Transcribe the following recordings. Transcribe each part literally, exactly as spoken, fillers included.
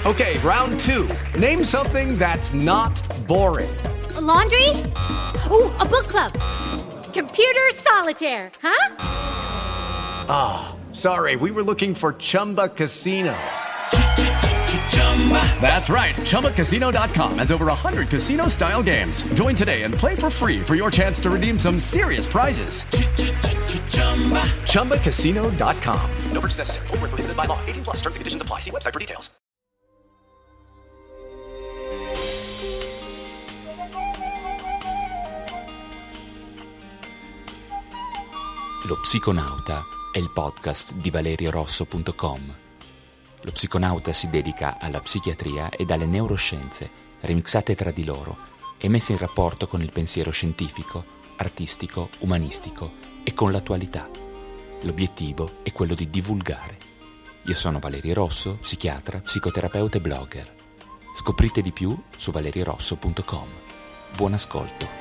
Okay, round two. Name something that's not boring. A laundry? Ooh, a book club. Computer solitaire, huh? Ah, oh, sorry, we were looking for Chumba Casino. That's right, Chumba Casino dot com has over one hundred casino-style games. Join today and play for free for your chance to redeem some serious prizes. Chumba Casino dot com. No purchase necessary. Void where prohibited by law. eighteen plus terms and conditions apply. See website for details. Lo Psiconauta è il podcast di Valerio Rosso punto com. Lo Psiconauta si dedica alla psichiatria e alle neuroscienze, remixate tra di loro e messe in rapporto con il pensiero scientifico, artistico, umanistico e con l'attualità. L'obiettivo è quello di divulgare. Io sono Valerio Rosso, psichiatra, psicoterapeuta e blogger. Scoprite di più su valerio rosso punto com. Buon ascolto.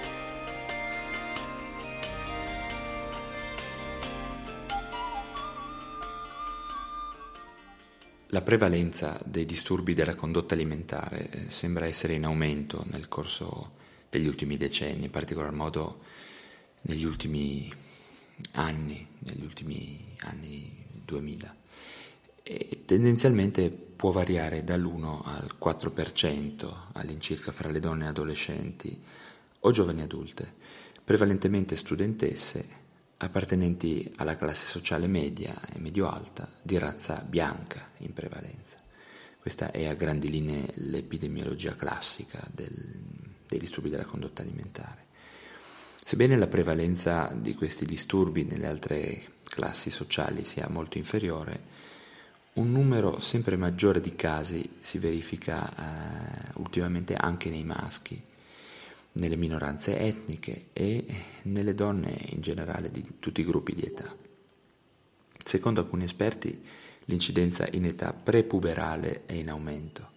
La prevalenza dei disturbi della condotta alimentare sembra essere in aumento nel corso degli ultimi decenni, in particolar modo negli ultimi anni, negli ultimi anni duemila. E tendenzialmente può variare dall'uno al quattro per cento all'incirca fra le donne adolescenti o giovani adulte, prevalentemente studentesse, appartenenti alla classe sociale media e medio-alta, di razza bianca in prevalenza. Questa è a grandi linee l'epidemiologia classica del, dei disturbi della condotta alimentare. Sebbene la prevalenza di questi disturbi nelle altre classi sociali sia molto inferiore, un numero sempre maggiore di casi si verifica eh, ultimamente anche nei maschi, nelle minoranze etniche e nelle donne in generale di tutti i gruppi di età. Secondo alcuni esperti, l'incidenza in età prepuberale è in aumento.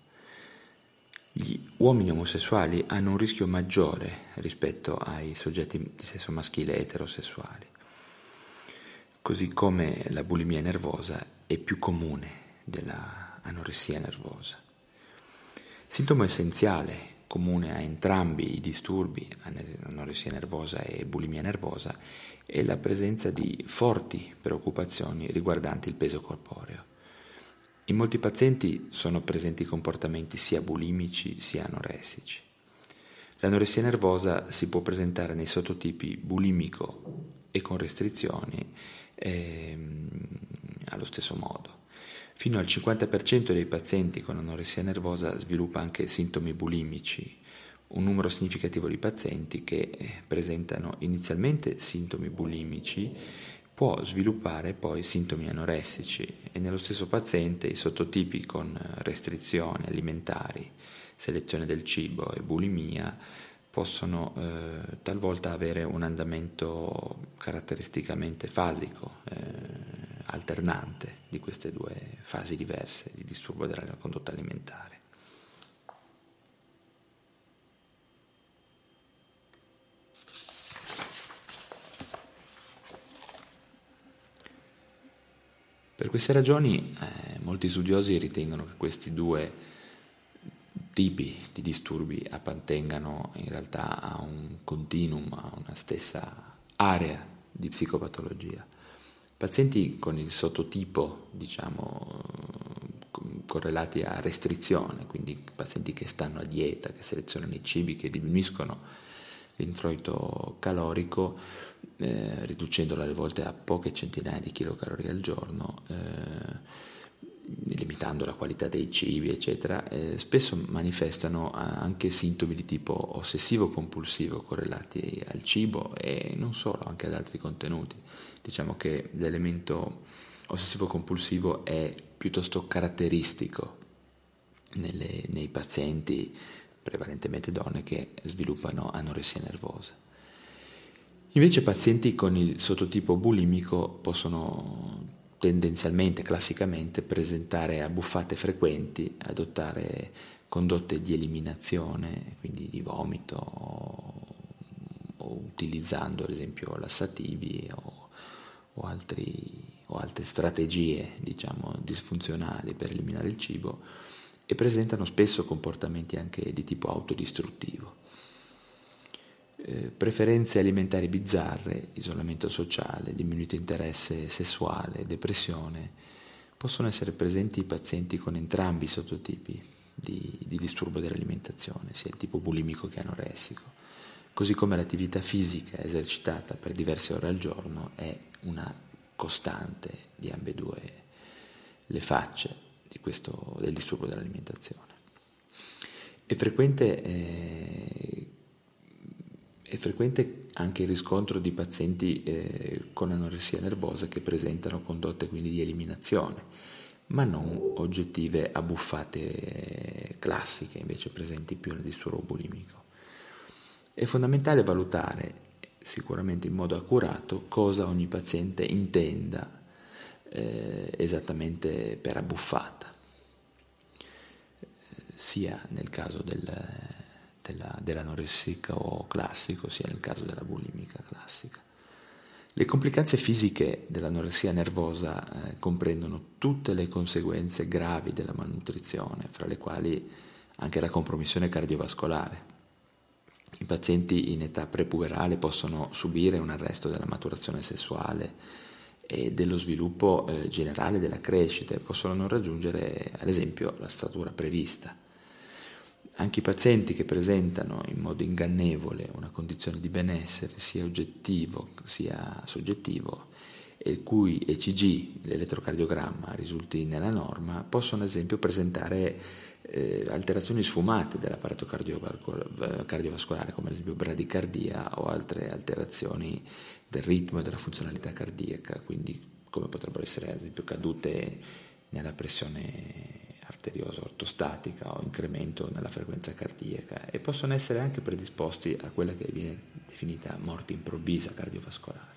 Gli uomini omosessuali hanno un rischio maggiore rispetto ai soggetti di sesso maschile eterosessuali, così come la bulimia nervosa è più comune della anoressia nervosa. Sintomo essenziale comune a entrambi i disturbi, anoressia nervosa e bulimia nervosa, è la presenza di forti preoccupazioni riguardanti il peso corporeo. In molti pazienti sono presenti comportamenti sia bulimici sia anoressici. L'anoressia nervosa si può presentare nei sottotipi bulimico e con restrizioni ehm, allo stesso modo. Fino al cinquanta per cento dei pazienti con anoressia nervosa sviluppa anche sintomi bulimici, un numero significativo di pazienti che presentano inizialmente sintomi bulimici può sviluppare poi sintomi anoressici e nello stesso paziente i sottotipi con restrizioni alimentari, selezione del cibo e bulimia possono eh, talvolta avere un andamento caratteristicamente fasico, eh, alternante di queste due fasi diverse di disturbo della condotta alimentare. Per queste ragioni eh, molti studiosi ritengono che questi due tipi di disturbi appartengano in realtà a un continuum, a una stessa area di psicopatologia. Pazienti con il sottotipo, diciamo, correlati a restrizione, quindi pazienti che stanno a dieta, che selezionano i cibi, che diminuiscono l'introito calorico, eh, riducendolo alle volte a poche centinaia di chilocalori al giorno, eh, limitando la qualità dei cibi, eccetera, eh, spesso manifestano anche sintomi di tipo ossessivo-compulsivo correlati al cibo e non solo, anche ad altri contenuti. Diciamo che l'elemento ossessivo-compulsivo è piuttosto caratteristico nelle, nei pazienti, prevalentemente donne, che sviluppano anoressia nervosa. Invece pazienti con il sottotipo bulimico possono tendenzialmente, classicamente, presentare abbuffate frequenti, adottare condotte di eliminazione, quindi di vomito, o, o utilizzando ad esempio lassativi o, o, altri, o altre strategie, diciamo, disfunzionali per eliminare il cibo, e presentano spesso comportamenti anche di tipo autodistruttivo. Eh, preferenze alimentari bizzarre, isolamento sociale, diminuito interesse sessuale, depressione, possono essere presenti in pazienti con entrambi i sottotipi di, di disturbo dell'alimentazione, sia il tipo bulimico che anoressico, così come l'attività fisica esercitata per diverse ore al giorno è una costante di ambedue le facce di questo, del disturbo dell'alimentazione. È frequente, eh, è frequente anche il riscontro di pazienti eh, con anoressia nervosa che presentano condotte quindi di eliminazione, ma non oggettive abbuffate classiche, invece presenti più nel disturbo bulimico. È fondamentale valutare, sicuramente in modo accurato, cosa ogni paziente intenda eh, esattamente per abbuffata, sia nel caso del, della, dell'anoressica o classico, sia nel caso della bulimica classica. Le complicanze fisiche dell'anoressia nervosa eh, comprendono tutte le conseguenze gravi della malnutrizione, fra le quali anche la compromissione cardiovascolare. I pazienti in età prepuberale possono subire un arresto della maturazione sessuale e dello sviluppo eh, generale della crescita e possono non raggiungere, ad esempio, la statura prevista. Anche i pazienti che presentano in modo ingannevole una condizione di benessere sia oggettivo sia soggettivo e il cui E C G, l'elettrocardiogramma, risulti nella norma, possono ad esempio presentare eh, alterazioni sfumate dell'apparato cardiovascolare, come ad esempio bradicardia o altre alterazioni del ritmo e della funzionalità cardiaca, quindi come potrebbero essere ad esempio cadute nella pressione arteriosa ortostatica o incremento nella frequenza cardiaca, e possono essere anche predisposti a quella che viene definita morte improvvisa cardiovascolare.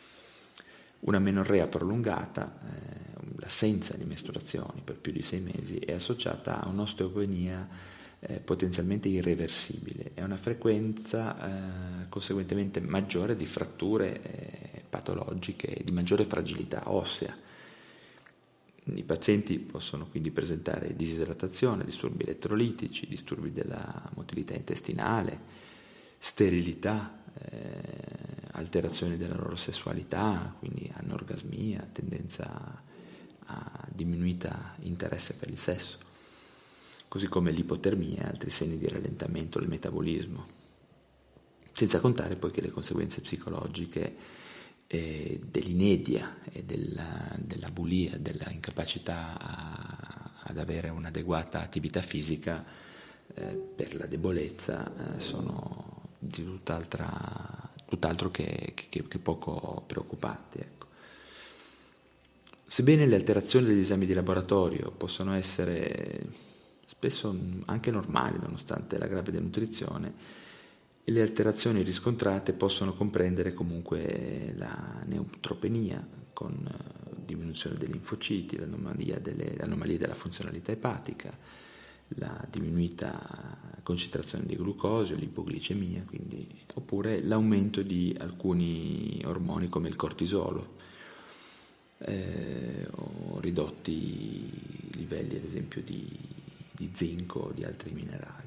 Una menorrea prolungata, eh, l'assenza di mestruazioni per più di sei mesi, è associata a un'osteopenia eh, potenzialmente irreversibile e a una frequenza eh, conseguentemente maggiore di fratture eh, patologiche e di maggiore fragilità ossea. I pazienti possono quindi presentare disidratazione, disturbi elettrolitici, disturbi della motilità intestinale, sterilità, eh, alterazioni della loro sessualità, quindi anorgasmia, tendenza a diminuita interesse per il sesso, così come l'ipotermia e altri segni di rallentamento del metabolismo, senza contare poi che le conseguenze psicologiche eh, dell'inedia e della, della bulia, della incapacità a, ad avere un'adeguata attività fisica eh, per la debolezza eh, sono di tutt'altra, tutt'altro che, che, che poco preoccupanti. Ecco. Sebbene le alterazioni degli esami di laboratorio possono essere spesso anche normali nonostante la grave denutrizione, le alterazioni riscontrate possono comprendere comunque la neutropenia con diminuzione dei linfociti, l'anomalia delle, l'anomalia della funzionalità epatica, la diminuita concentrazione di glucosio, l'ipoglicemia, quindi, oppure l'aumento di alcuni ormoni come il cortisolo, eh, o ridotti livelli ad esempio di, di zinco o di altri minerali.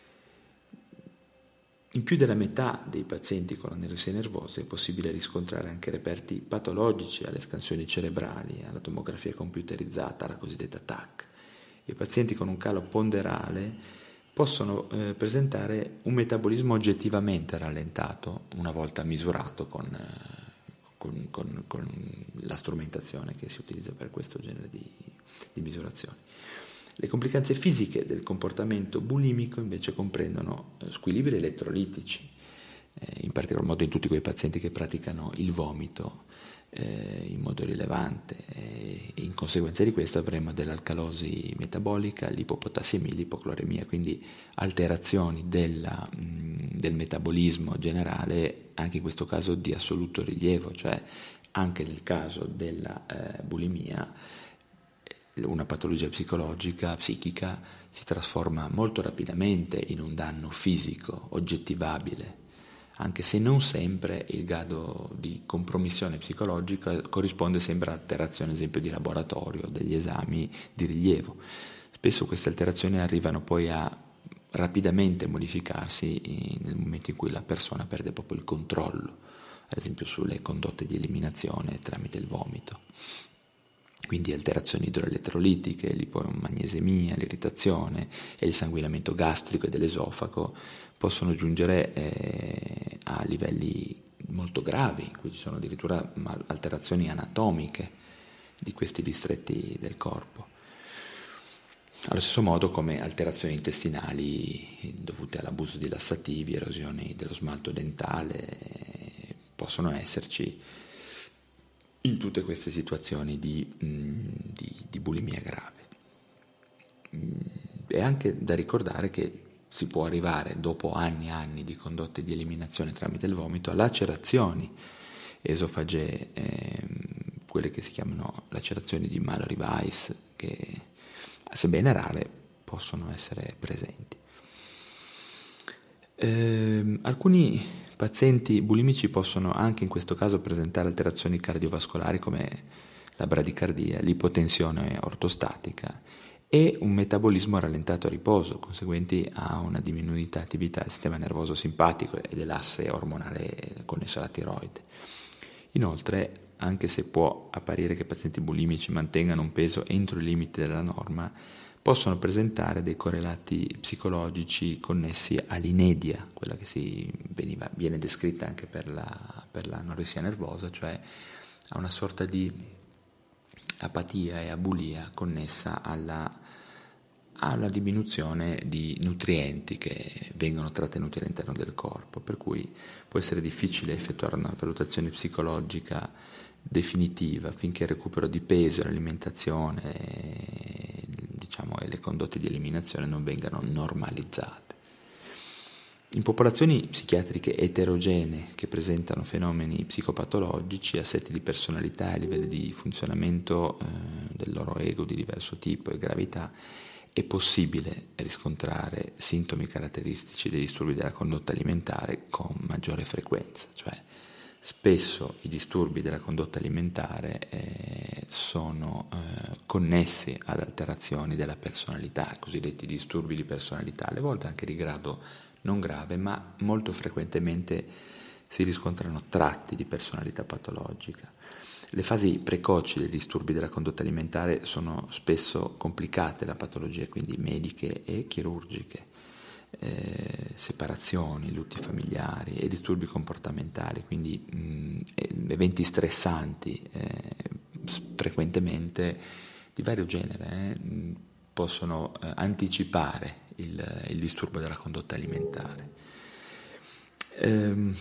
In più della metà dei pazienti con anoressia nervosa è possibile riscontrare anche reperti patologici alle scansioni cerebrali, alla tomografia computerizzata, alla cosiddetta T A C. I pazienti con un calo ponderale possono eh, presentare un metabolismo oggettivamente rallentato una volta misurato con, eh, con, con, con la strumentazione che si utilizza per questo genere di, di misurazioni. Le complicanze fisiche del comportamento bulimico invece comprendono squilibri elettrolitici, eh, in particolar modo in tutti quei pazienti che praticano il vomito eh, in modo rilevante, e in conseguenza di questo avremo dell'alcalosi metabolica, l'ipopotassemia, l'ipocloremia, quindi alterazioni della, mh, del metabolismo generale, anche in questo caso di assoluto rilievo, cioè anche nel caso della eh, bulimia una patologia psicologica, psichica, si trasforma molto rapidamente in un danno fisico, oggettivabile, anche se non sempre il grado di compromissione psicologica corrisponde sempre a alterazioni, ad esempio, di laboratorio, degli esami di rilievo. Spesso queste alterazioni arrivano poi a rapidamente modificarsi nel momento in cui la persona perde proprio il controllo, ad esempio sulle condotte di eliminazione tramite il vomito. Quindi alterazioni idroelettrolitiche, l'ipomagnesemia, l'irritazione e il sanguinamento gastrico e dell'esofago possono giungere eh, a livelli molto gravi, in cui ci sono addirittura alterazioni anatomiche di questi distretti del corpo. Allo stesso modo come alterazioni intestinali dovute all'abuso di lassativi, erosioni dello smalto dentale, possono esserci in tutte queste situazioni di, di, di bulimia grave. È anche da ricordare che si può arrivare, dopo anni e anni di condotte di eliminazione tramite il vomito, a lacerazioni esofagee, eh, quelle che si chiamano lacerazioni di Mallory-Weiss, che sebbene rare possono essere presenti. Eh, alcuni pazienti bulimici possono anche in questo caso presentare alterazioni cardiovascolari come la bradicardia, l'ipotensione ortostatica e un metabolismo rallentato a riposo, conseguenti a una diminuita attività del sistema nervoso simpatico e dell'asse ormonale connesso alla tiroide. Inoltre, anche se può apparire che pazienti bulimici mantengano un peso entro i limiti della norma, possono presentare dei correlati psicologici connessi all'inedia, quella che si veniva, viene descritta anche per la, per l'anoressia nervosa, cioè a una sorta di apatia e abulia connessa alla, alla diminuzione di nutrienti che vengono trattenuti all'interno del corpo, per cui può essere difficile effettuare una valutazione psicologica definitiva finché il recupero di peso, l'alimentazione, diciamo, e le condotte di eliminazione non vengano normalizzate. In popolazioni psichiatriche eterogenee che presentano fenomeni psicopatologici, assetti di personalità e livelli di funzionamento eh, del loro ego di diverso tipo e gravità, è possibile riscontrare sintomi caratteristici dei disturbi della condotta alimentare con maggiore frequenza, cioè spesso i disturbi della condotta alimentare eh, sono eh, connessi ad alterazioni della personalità, cosiddetti disturbi di personalità, alle volte anche di grado non grave, ma molto frequentemente si riscontrano tratti di personalità patologica. Le fasi precoci dei disturbi della condotta alimentare sono spesso complicate da patologie quindi mediche e chirurgiche. Eh, separazioni, lutti familiari e disturbi comportamentali, quindi mh, eventi stressanti eh, frequentemente di vario genere eh, mh, possono eh, anticipare il, il disturbo della condotta alimentare. Ehm,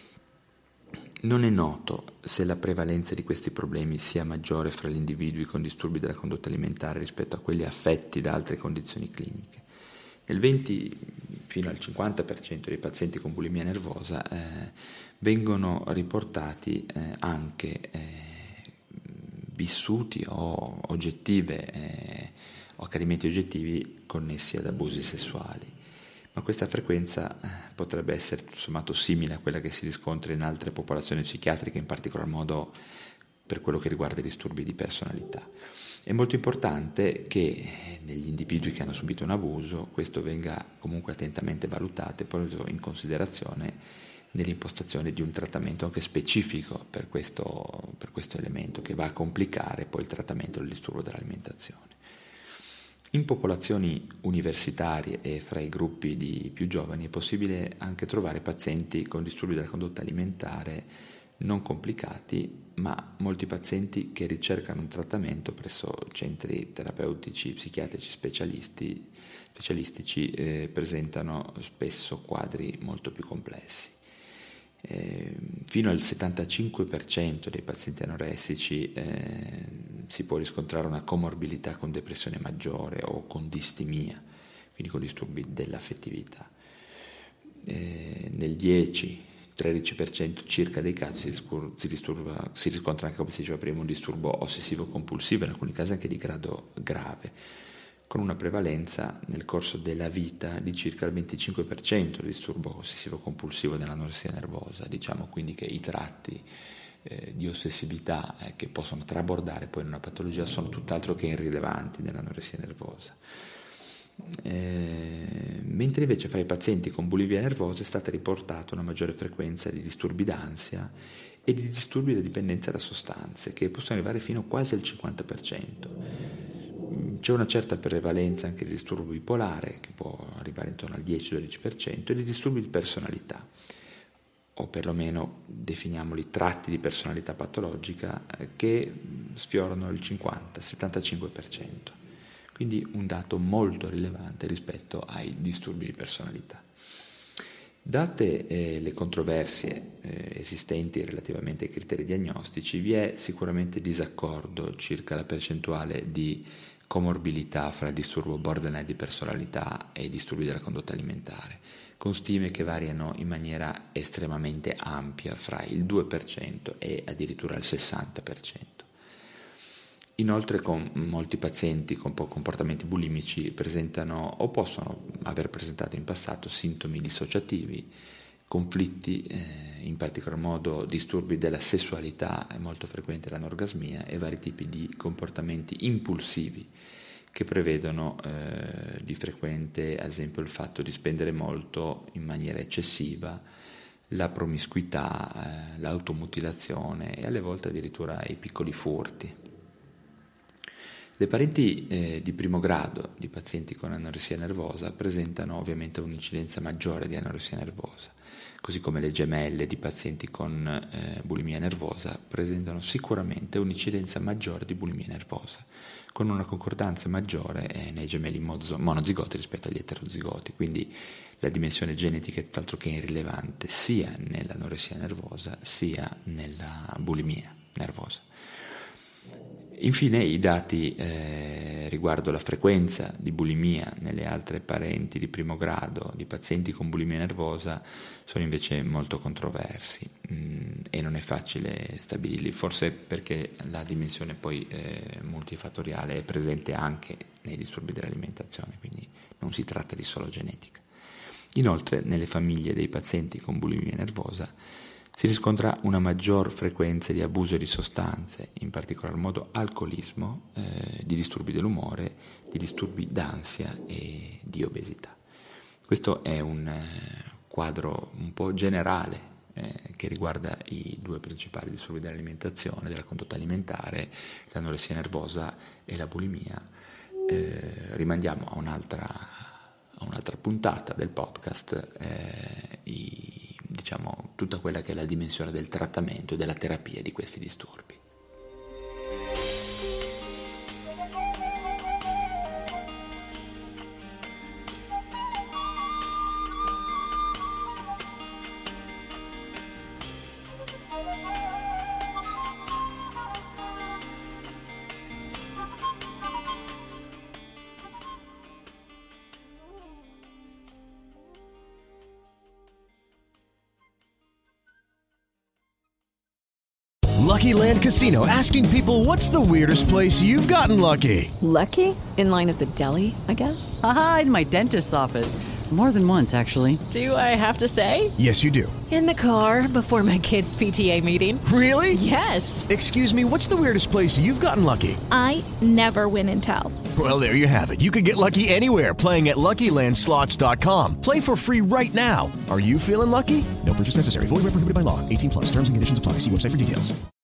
non è noto se la prevalenza di questi problemi sia maggiore fra gli individui con disturbi della condotta alimentare rispetto a quelli affetti da altre condizioni cliniche. Nel venti fino al cinquanta per cento dei pazienti con bulimia nervosa eh, vengono riportati eh, anche eh, vissuti o oggettive eh, o accadimenti oggettivi connessi ad abusi sessuali, ma questa frequenza eh, potrebbe essere tutto sommato simile a quella che si riscontra in altre popolazioni psichiatriche, in particolar modo per quello che riguarda i disturbi di personalità. È molto importante che negli individui che hanno subito un abuso questo venga comunque attentamente valutato e preso in considerazione nell'impostazione di un trattamento anche specifico per questo, per questo elemento, che va a complicare poi il trattamento del disturbo dell'alimentazione. In popolazioni universitarie e fra i gruppi di più giovani è possibile anche trovare pazienti con disturbi della condotta alimentare non complicati, ma molti pazienti che ricercano un trattamento presso centri terapeutici psichiatrici specialisti, specialistici eh, presentano spesso quadri molto più complessi. Eh, fino al settantacinque per cento dei pazienti anoressici eh, si può riscontrare una comorbilità con depressione maggiore o con distimia, quindi con disturbi dell'affettività. Eh, nel dieci tredici per cento circa dei casi si, discur- si, disturba, si riscontra anche, come si diceva prima, un disturbo ossessivo-compulsivo, in alcuni casi anche di grado grave, con una prevalenza nel corso della vita di circa il venticinque per cento di disturbo ossessivo-compulsivo dell'anoressia nervosa. Diciamo quindi che i tratti eh, di ossessività eh, che possono trabordare poi in una patologia sono tutt'altro che irrilevanti nell'anoressia nervosa. Eh, mentre invece fra i pazienti con bulimia nervosa è stata riportata una maggiore frequenza di disturbi d'ansia e di disturbi da dipendenza da sostanze, che possono arrivare fino quasi al cinquanta per cento. C'è una certa prevalenza anche di disturbo bipolare, che può arrivare intorno al dieci dodici per cento, e di disturbi di personalità, o perlomeno definiamoli tratti di personalità patologica, che sfiorano il cinquanta settantacinque per cento. Quindi un dato molto rilevante rispetto ai disturbi di personalità. Date eh, le controversie eh, esistenti relativamente ai criteri diagnostici, vi è sicuramente disaccordo circa la percentuale di comorbilità fra il disturbo borderline di personalità e i disturbi della condotta alimentare, con stime che variano in maniera estremamente ampia fra il due per cento e addirittura il sessanta per cento. Inoltre, con molti pazienti con comportamenti bulimici presentano o possono aver presentato in passato sintomi dissociativi, conflitti, eh, in particolar modo disturbi della sessualità, è molto frequente l'anorgasmia, e vari tipi di comportamenti impulsivi che prevedono eh, di frequente, ad esempio, il fatto di spendere molto in maniera eccessiva, la promiscuità, eh, l'automutilazione e alle volte addirittura i piccoli furti. Le parenti eh, di primo grado di pazienti con anoressia nervosa presentano ovviamente un'incidenza maggiore di anoressia nervosa, così come le gemelle di pazienti con eh, bulimia nervosa presentano sicuramente un'incidenza maggiore di bulimia nervosa, con una concordanza maggiore eh, nei gemelli mozo- monozigoti rispetto agli eterozigoti, quindi la dimensione genetica è tutt'altro che irrilevante sia nell'anoressia nervosa sia nella bulimia nervosa. Infine, i dati eh, riguardo la frequenza di bulimia nelle altre parenti di primo grado di pazienti con bulimia nervosa sono invece molto controversi mh, e non è facile stabilirli, forse perché la dimensione poi eh, multifattoriale è presente anche nei disturbi dell'alimentazione, quindi non si tratta di solo genetica. Inoltre, nelle famiglie dei pazienti con bulimia nervosa si riscontra una maggior frequenza di abuso di sostanze, in particolar modo alcolismo, eh, di disturbi dell'umore, di disturbi d'ansia e di obesità. Questo è un eh, quadro un po' generale eh, che riguarda i due principali disturbi dell'alimentazione, della condotta alimentare, l'anoressia nervosa e la bulimia. Eh, rimandiamo a un'altra, a un'altra puntata del podcast eh, i diciamo tutta quella che è la dimensione del trattamento e della terapia di questi disturbi. Lucky Land Casino, asking people, what's the weirdest place you've gotten lucky? Lucky? In line at the deli, I guess? Aha, in my dentist's office. More than once, actually. Do I have to say? Yes, you do. In the car before my kids' P T A meeting. Really? Yes. Excuse me, what's the weirdest place you've gotten lucky? I never win and tell. Well, there you have it. You can get lucky anywhere, playing at Lucky Land Slots dot com. Play for free right now. Are you feeling lucky? No purchase necessary. Void where prohibited by law. eighteen plus. Terms and conditions apply. See website for details.